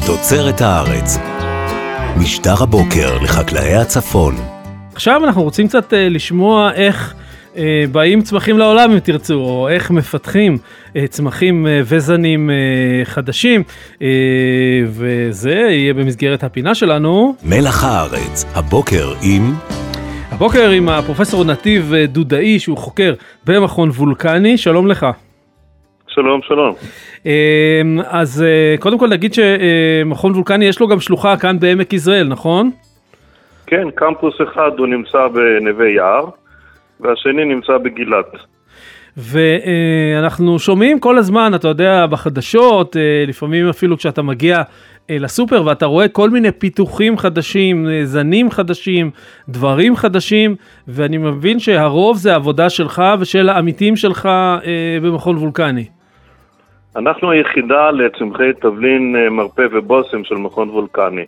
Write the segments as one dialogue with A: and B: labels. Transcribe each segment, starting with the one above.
A: תוצרת הארץ. משטר הבוקר לחקלאי הצפון.
B: עכשיו אנחנו רוצים קצת לשמוע איך באים צמחים לעולם, אם תרצו, או איך מפתחים צמחים וזנים חדשים, וזה יהיה במסגרת הפינה שלנו.
A: מלח הארץ,
B: הבוקר עם הפרופסור נתיב דודאי, שהוא חוקר במכון וולקני. שלום לך.
C: שלום, שלום.
B: אז קודם כל נגיד שמכון וולקני יש לו גם שלוחה כאן בעמק יזרעאל, נכון?
C: כן, קמפוס אחד הוא נמצא בנווה יער, והשני נמצא בגילת.
B: ואנחנו שומעים כל הזמן, אתה יודע, בחדשות, לפעמים אפילו כשאתה מגיע לסופר, ואתה רואה כל מיני פיתוחים חדשים, זנים חדשים, דברים חדשים, ואני מבין שהרוב זה עבודה שלך ושל העמיתים שלך במכון וולקני.
C: אנחנו היחידה לצמחי תבלין, מרפא ובוסם של מכון וולקני.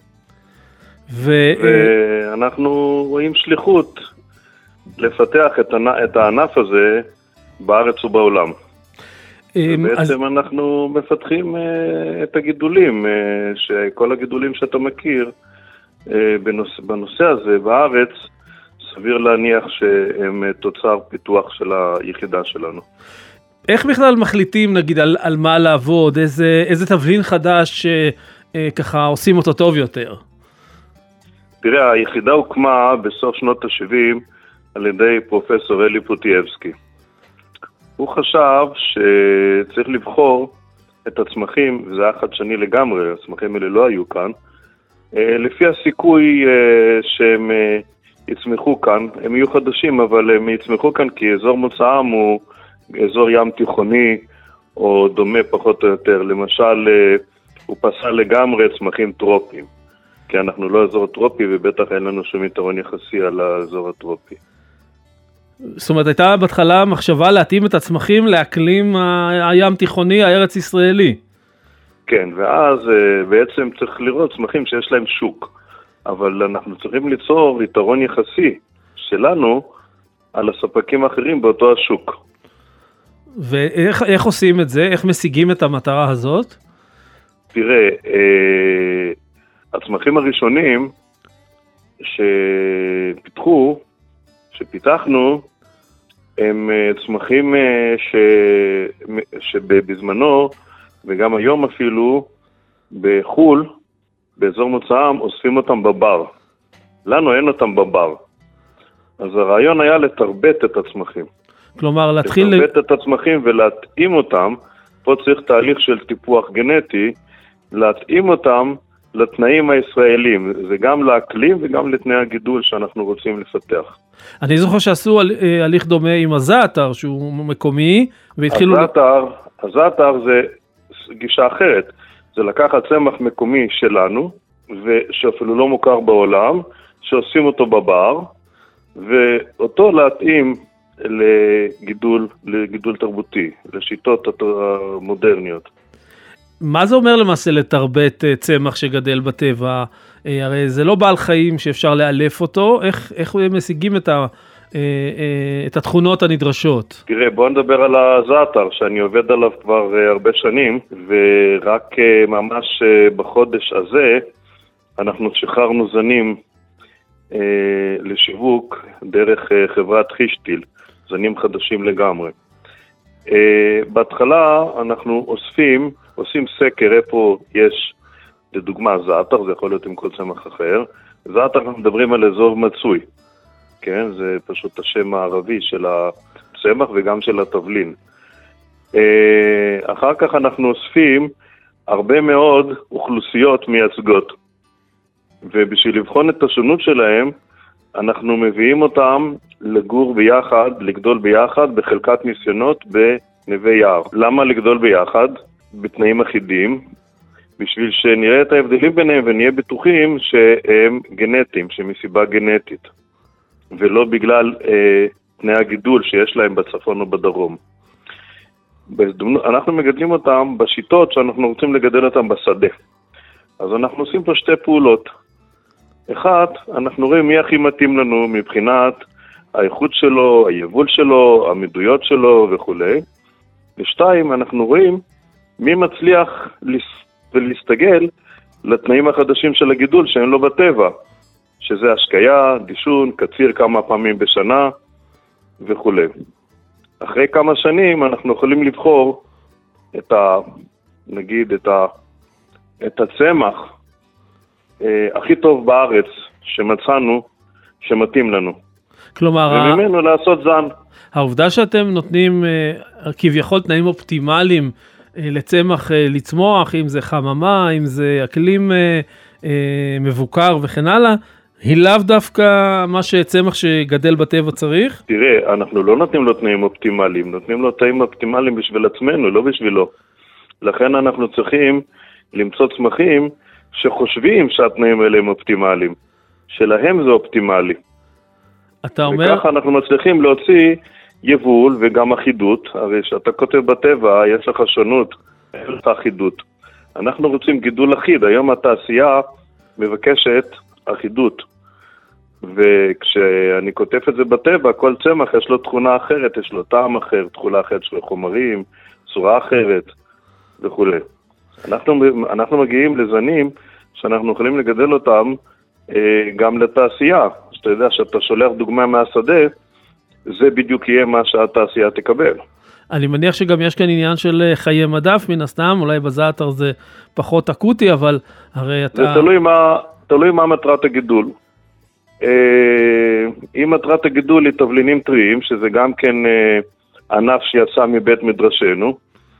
C: ואנחנו רואים שליחות לפתח את הענף הזה בארץ ובעולם. בעצם אנחנו מפתחים את הגידולים, שכל הגידולים שאתה מכיר בנושא הזה בארץ, סביר להניח שהם תוצר פיתוח של היחידה שלנו.
B: איך בכלל מחליטים, נגיד, על מה לעבוד? איזה תבלין חדש ככה עושים אותו טוב יותר?
C: תראה, היחידה הוקמה בסוף שנות ה-70 על ידי פרופסור אלי פוטייבסקי. הוא חשב שצריך לבחור את הצמחים, וזה היה חדשני לגמרי, הצמחים האלה לא היו כאן, לפי הסיכוי שהם יצמחו כאן. הם יהיו חדשים, אבל הם יצמחו כאן כי אזור מוצאם הוא אזור ים תיכוני, או דומה פחות או יותר. למשל, הוא פסל לגמרי צמחים טרופיים, כי אנחנו לא אזור טרופי, ובטח אין לנו שום יתרון יחסי על האזור הטרופי.
B: זאת אומרת, הייתה בהתחלה מחשבה להתאים את הצמחים לאקלים הים תיכוני, הארץ ישראלי.
C: כן, ואז בעצם צריך לראות צמחים שיש להם שוק, אבל אנחנו צריכים ליצור יתרון יחסי שלנו על הספקים האחרים באותו השוק.
B: ואיך עושים את זה? איך משיגים את המטרה הזאת?
C: תראה, הצמחים הראשונים שפיתחנו, הם צמחים שבזמנו, וגם היום אפילו, בחול, באזור מוצאם, אוספים אותם בבר. לנו אין אותם בבר. אז הרעיון היה לתרבט את הצמחים.
B: כלומר,
C: לתרבט את הצמחים ולהתאים אותם. פה צריך תהליך של טיפוח גנטי, להתאים אותם לתנאים הישראלים. זה גם לאקלים וגם לתנאי הגידול שאנחנו רוצים לפתח.
B: אני זוכר שעשו הליך דומה עם הזעתר, שהוא מקומי, והתחילו...
C: הזעתר זה גישה אחרת. זה לקחת צמח מקומי שלנו, ושאפילו לא מוכר בעולם, שעושים אותו בבר, ואותו להתאים לגידול תרבותי, לשיטות המודרניות.
B: מה זה אומר למעשה לתרבט צמח שגדל בטבע? הרי זה לא בעל חיים שאפשר לאלף אותו. איך משיגים את התכונות הנדרשות?
C: תראה, בוא נדבר על הזעתר, שאני עובד עליו כבר הרבה שנים, ורק ממש בחודש הזה אנחנו שחררנו זנים לשיווק דרך חברת חישטיל, זנים חדשים לגמרי. בהתחלה אנחנו עושים סקר איפה יש, לדוגמה זעתר, זה יכול להיות עם כל צמח אחר. זעתר אנחנו מדברים על אזור מצוי, כן? זה פשוט השם הערבי של הצמח וגם של התבלין. אחר כך אנחנו אוספים הרבה מאוד אוכלוסיות מייצגות, ובשביל לבחון את השונות שלהם, אנחנו מביאים אותם לגור ביחד, לגדול ביחד בחלקת ניסיונות בנווה יער. למה לגדול ביחד? בתנאים אחידים, בשביל שנראה את ההבדלים ביניהם ונהיה בטוחים שהם גנטיים, שמסיבה גנטית, ולא בגלל תנאי הגידול שיש להם בצפון או בדרום. אנחנו מגדלים אותם בשיטות שאנחנו רוצים לגדל אותם בשדה. אז אנחנו עושים פה שתי פעולות. אחת, אנחנו רואים מי הכי מתאים לנו מבחינת האיכות שלו, היבול שלו, העמידויות שלו וכו'. ושתיים, אנחנו רואים מי מצליח ולהסתגל לתנאים החדשים של הגידול שאין לו בטבע, שזה השקיה, דישון, קציר כמה פעמים בשנה וכו'. אחרי כמה שנים אנחנו יכולים לבחור נגיד את הצמח הכי טוב בארץ שמצאנו, שמתאים לנו.
B: כלומר,
C: וממנו לעשות זן.
B: העובדה שאתם נותנים כביכול תנאים אופטימליים לצמח לצמוח, אם זה חממה, אם זה אקלים מבוקר וכן הלאה, היא לאו דווקא מה שצמח שגדל בטבע צריך?
C: תראה, אנחנו לא נותנים לו תנאים אופטימליים, נותנים לו תנאים אופטימליים בשביל עצמנו, לא בשבילו. לכן אנחנו צריכים למצוא צמחים שחושבים שהתנאים האלה הם אופטימליים, שלהם זה אופטימלי.
B: אתה אומר...
C: וככה אנחנו מצליחים להוציא יבול וגם אחידות, הרי שאתה כותב בטבע, יש לך שונות, אין לך אחידות. אנחנו רוצים גידול אחיד, היום התעשייה מבקשת אחידות. וכשאני כותב את זה בטבע, כל צמח יש לו תכונה אחרת, יש לו טעם אחר, תכונה אחרת של חומרים, צורה אחרת וכו'. אנחנו מגיעים לזנים שאנחנו יכולים לגדל אותם גם לתעשייה. שאתה יודע שאתה שולח דוגמה מהשדה, זה בדיוק יהיה מה שהתעשייה תקבל.
B: אני מניח שגם יש כאן עניין של חיי מדף מן הסתם, אולי בזעתר זה פחות אקוטי, אבל הרי אתה...
C: זה תלוי מה מטרת הגידול. אם מטרת הגידול היא תבלינים טריים, שזה גם כן ענף שיצא מבית מדרשנו,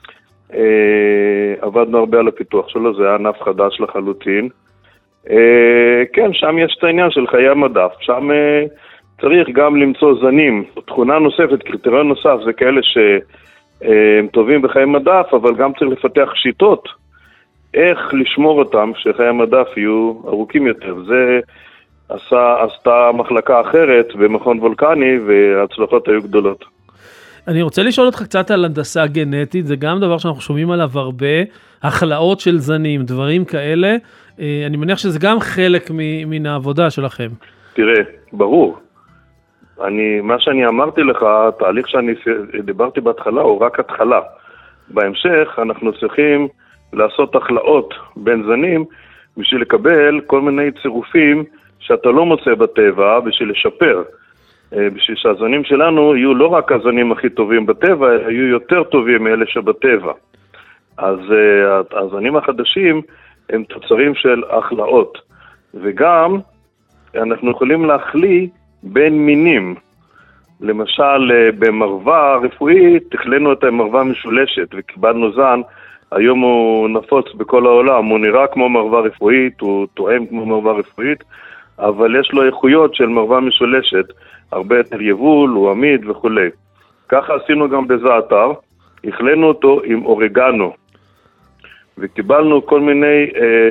C: עבדנו הרבה על הפיתוח שלו, זה היה ענף חדש לחלוטין. כן, שם יש את העניין של חיי המדף, שם צריך גם למצוא זנים. תכונה נוספת, קריטריון נוסף, זה כאלה שהם טובים בחיי מדף, אבל גם צריך לפתח שיטות איך לשמור אותם, שחיי המדף יהיו ארוכים יותר. זה עשתה מחלקה אחרת במכון וולקני, וההצלחות היו גדולות.
B: אני רוצה לשאול אותך קצת על הנדסה גנטית, זה גם דבר שאנחנו שומעים עליו הרבה, החלאות של זנים, דברים כאלה, אני מניח שזה גם חלק מן העבודה שלכם.
C: תראה, ברור. מה שאני אמרתי לך, התהליך שאני דיברתי בהתחלה הוא רק התחלה. בהמשך אנחנו צריכים לעשות החלאות בין זנים, בשביל לקבל כל מיני צירופים שאתה לא מוצא בטבע, בשביל לשפר. בשביל שהזנים שלנו יהיו לא רק הזנים הכי טובים בטבע, אלא יהיו יותר טובים מאלה שבטבע. אז הזנים החדשים הם תוצרים של החלאות. וגם אנחנו יכולים להחליא בין מינים. למשל, במרווה רפואית, תכלנו את המרווה משולשת וקיבלנו זן, היום הוא נפוץ בכל העולם, הוא נראה כמו מרווה רפואית, הוא תואם כמו מרווה רפואית, אבל יש לו איכויות של מרווה משולשת, הרבה יותר יבול, הוא עמיד וכו'. ככה עשינו גם בזעתר, הכלנו אותו עם אורגנו, וקיבלנו כל מיני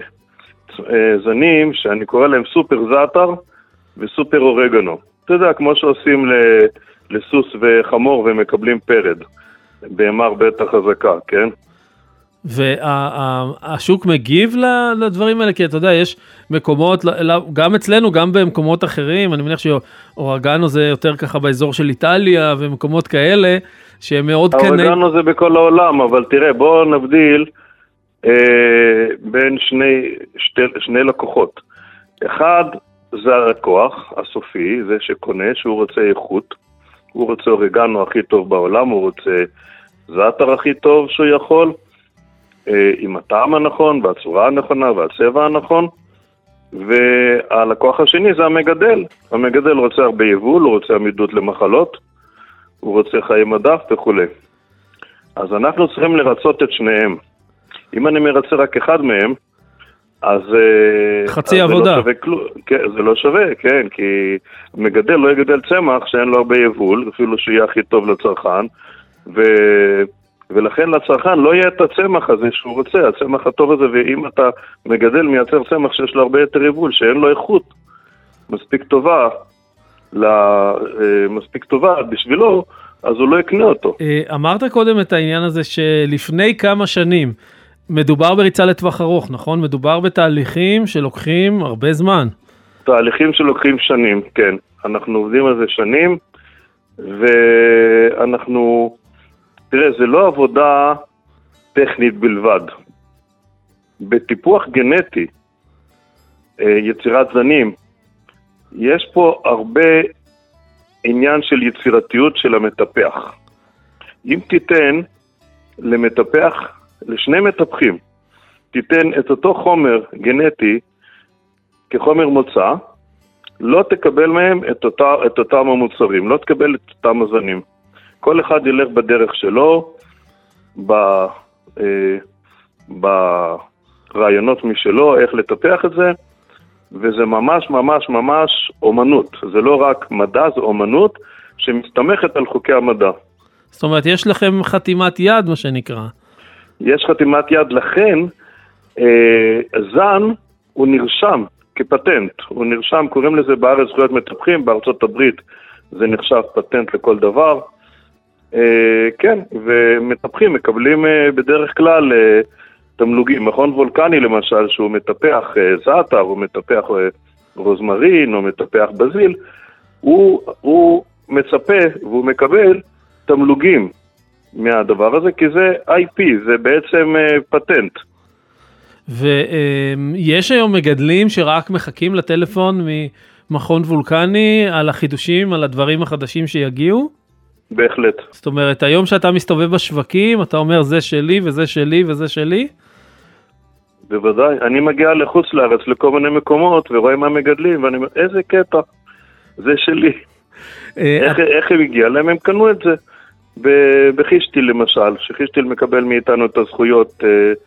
C: זנים שאני קורא להם סופר זעתר וסופר אורגנו. אתה יודע, כמו שעושים לסוס וחמור ומקבלים פרד, בהמה הרבה יותר חזקה, כן?
B: והשוק מגיב לדברים האלה, כי אתה יודע, יש מקומות, גם אצלנו, גם במקומות אחרים, אני מניח שאורגנו זה יותר ככה באזור של איטליה, ומקומות כאלה, שהם מאוד קנאים.
C: אורגנו זה בכל העולם, אבל תראה, בואו נבדיל בין שני לקוחות. אחד, זה הלקוח הסופי, זה שקונה, שהוא רוצה איכות, הוא רוצה אורגנו הכי טוב בעולם, הוא רוצה זעתר הכי טוב שהוא יכול, עם הטעם הנכון, והצורה הנכונה, והצבע הנכון, והלקוח השני זה המגדל. המגדל רוצה הרבה יבול, הוא רוצה עמידות למחלות, הוא רוצה חיי מדף וכו'. אז אנחנו צריכים לרצות את שניהם. אם אני מרצה רק אחד מהם, אז
B: חצי עבודה.
C: זה לא שווה, כן, כי מגדל לא יגדל צמח שאין לו הרבה יבול, אפילו שיהיה הכי טוב לצרכן, ולכן לצרכן לא יהיה את הצמח הזה שהוא רוצה, הצמח הטוב הזה, ואם אתה מגדל מייצר צמח שיש לו הרבה יותר יבול, שאין לו איכות מספיק טובה בשבילו, אז הוא לא יקנה אותו.
B: אמרת קודם את העניין הזה שלפני כמה שנים, מדובר בריצה לטווח ארוך, נכון? מדובר בתהליכים שלוקחים הרבה זמן.
C: תהליכים שלוקחים שנים, כן. אנחנו עובדים על זה שנים, ואנחנו... תראה, זה לא עבודה טכנית בלבד. בטיפוח גנטי, יצירת זנים, יש פה הרבה עניין של יצירתיות של המטפח. אם תיתן לשני מטפחים, תיתן את אותו חומר גנטי כחומר מוצא, לא תקבל מהם את אותם המוצרים, לא תקבל את אותם הזנים. כל אחד ילך בדרך שלו, ברעיונות משלו, איך לטפח את זה, וזה ממש ממש ממש אומנות. זה לא רק מדע, זה אומנות שמסתמכת על חוקי המדע.
B: זאת אומרת, יש לכם חתימת יד, מה שנקרא. יש
C: חתימת יד, לכן זן הוא נרשם כפטנט. הוא נרשם, קוראים לזה בארץ זכויות מטפחים, בארצות הברית זה נחשב פטנט לכל דבר. כן, ומטפחים מקבלים בדרך כלל תמלוגים. מכון וולקני למשל, שהוא מטפח זעתר, הוא מטפח רוזמרין, או מטפח בזיל, הוא מצפה והוא מקבל תמלוגים מהדבר הזה, כי זה IP, זה בעצם פטנט.
B: ויש היום מגדלים שרק מחכים לטלפון ממכון וולקני על החידושים, על הדברים החדשים שיגיעו?
C: בהחלט.
B: זאת אומרת, היום שאתה מסתובב בשווקים, אתה אומר זה שלי וזה שלי וזה שלי?
C: בוודאי. אני מגיע לחוץ לארץ לכל מיני מקומות ורואה מה מגדלים, ואני אומר, איזה קטע, זה שלי. איך הם הגיע להם? הם קנו את זה. בחישתיל למשל, שחישתיל מקבל מאיתנו את הזכויות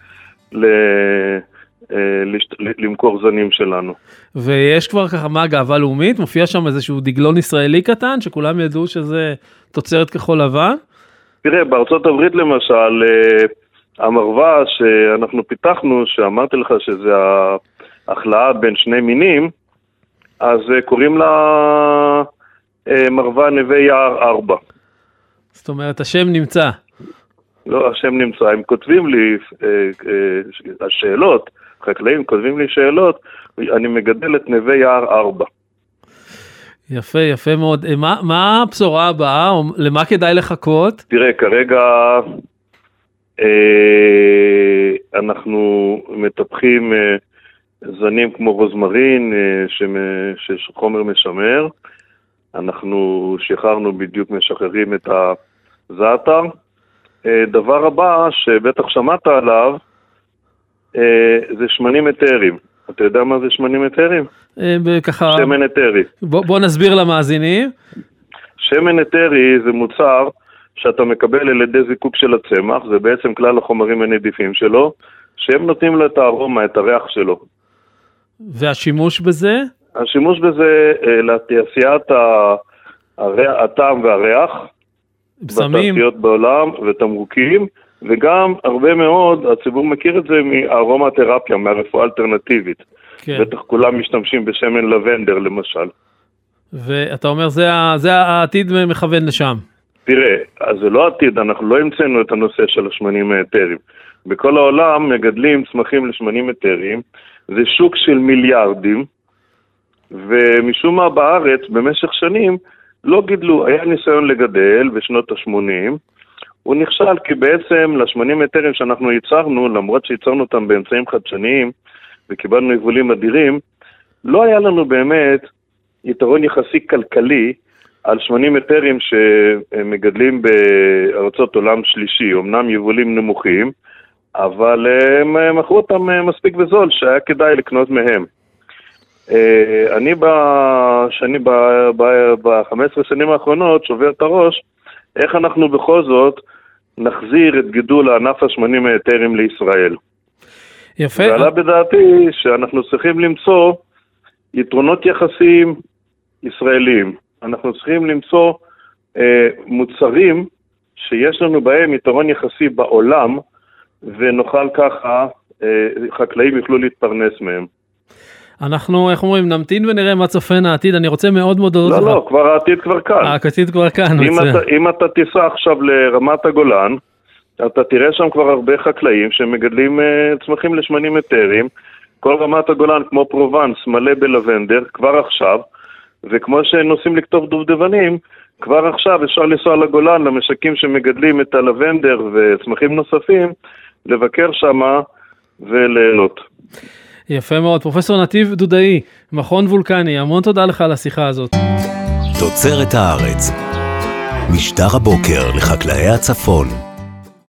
C: למכור זנים שלנו.
B: ויש כבר ככה מה גאווה לאומית? מופיע שם איזשהו דגלון ישראלי קטן, שכולם ידעו שזה תוצרת כחול לבן?
C: תראה, בארצות הברית למשל, המרווה שאנחנו פיתחנו, שאמרתי לך שזה ההחלאה בין שני מינים, אז קוראים לה מרווה נווה יער 4.
B: זאת אומרת, השם נמצא.
C: לא, השם נמצא. הם כותבים לי השאלות, חקלאים כותבים לי שאלות, אני מגדל את נווה יער 4.
B: יפה, יפה מאוד. מה הבשורה הבאה? למה כדאי לחכות?
C: תראה, כרגע אנחנו מטפחים זנים כמו רוזמרין, שחומר משמר. אנחנו שחררנו בדיוק, משחררים את הזעתר. דבר הבא שבטח שמעת עליו, זה שמנים אתרים. אתה יודע מה זה שמנים אתרים?
B: ככה...
C: שמן אתרי.
B: בוא נסביר למאזינים.
C: שמן אתרי זה מוצר שאתה מקבל על ידי זיקוק של הצמח, זה בעצם כלל החומרים הנדיפים שלו, שהם נותנים לו את הארומה, את הריח שלו.
B: והשימוש בזה?
C: השימוש בזה לתעשיית הטעם והריח, בתעשיות בעולם ותמרוקים, וגם הרבה מאוד, הציבור מכיר את זה מארומתרפיה, מהרפואה אלטרנטיבית. כן. בטח כולם משתמשים בשמן לבנדר למשל.
B: ואתה אומר, זה העתיד מכוון לשם.
C: תראה, אז זה לא עתיד, אנחנו לא המצאנו את הנושא של השמנים האתרים. בכל העולם מגדלים צמחים לשמנים אתרים, זה שוק של מיליארדים, ומשום מה בארץ במשך שנים לא גידלו, היה ניסיון לגדל בשנות ה-80, הוא נכשל כי בעצם לשמנים אתרים שאנחנו ייצרנו, למרות שייצרנו אותם באמצעים חדשניים וקיבלנו יבולים אדירים, לא היה לנו באמת יתרון יחסי כלכלי על שמנים אתרים שמגדלים בארצות עולם שלישי, אמנם יבולים נמוכים, אבל הם מכרו אותם מספיק בזול שהיה כדאי לקנות מהם. אני ב-15 שנים האחרונות שובר את הראש, איך אנחנו בכל זאת נחזיר את גידול הענף השמנים האתרים לישראל.
B: יפה.
C: ועלה בדעתי שאנחנו צריכים למצוא יתרונות יחסיים ישראליים. אנחנו צריכים למצוא מוצרים שיש לנו בהם יתרון יחסי בעולם, ונוכל ככה, חקלאים יוכלו להתפרנס מהם.
B: אנחנו, איך אומרים, נמתין ונראה מה צופן העתיד. אני רוצה מאוד מאוד...
C: לא, כבר העתיד כבר כאן.
B: העתיד כבר כאן.
C: אם אתה תיסע עכשיו לרמת הגולן, אתה תראה שם כבר הרבה חקלאים שמגדלים צמחים לשמנים אתרים. כל רמת הגולן, כמו פרובנס, מלא בלבנדר, כבר עכשיו, וכמו שנוסעים לכתוב דובדבנים, כבר עכשיו אפשר לנסוע לגולן, למשקים שמגדלים את הלבנדר וצמחים נוספים, לבקר שמה וליהנות.
B: יפה מאוד. פרופסור נתיב דודאי, מכון וולקני, המון תודה לך על השיחה הזאת.
A: תוצרת הארץ, משדר הבוקר לחקלאי הצפון.